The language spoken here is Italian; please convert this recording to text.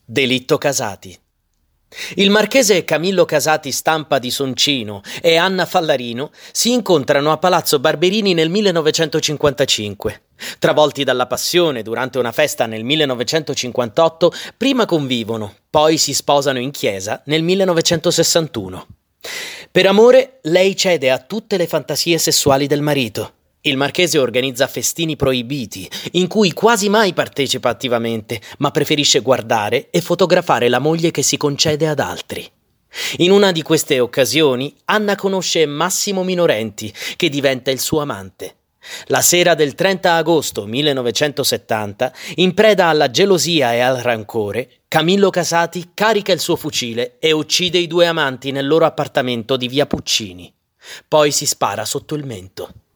Delitto Casati. Il marchese Camillo Casati Stampa di Soncino e Anna Fallarino si incontrano a Palazzo Barberini nel 1955. Travolti dalla passione durante una festa nel 1958, prima convivono, poi si sposano in chiesa nel 1961. Per amore, lei cede a tutte le fantasie sessuali del marito. Il marchese organizza festini proibiti, in cui quasi mai partecipa attivamente, ma preferisce guardare e fotografare la moglie che si concede ad altri. In una di queste occasioni, Anna conosce Massimo Minorenti, che diventa il suo amante. La sera del 30 agosto 1970, in preda alla gelosia e al rancore, Camillo Casati carica il suo fucile e uccide i due amanti nel loro appartamento di via Puccini. Poi si spara sotto il mento.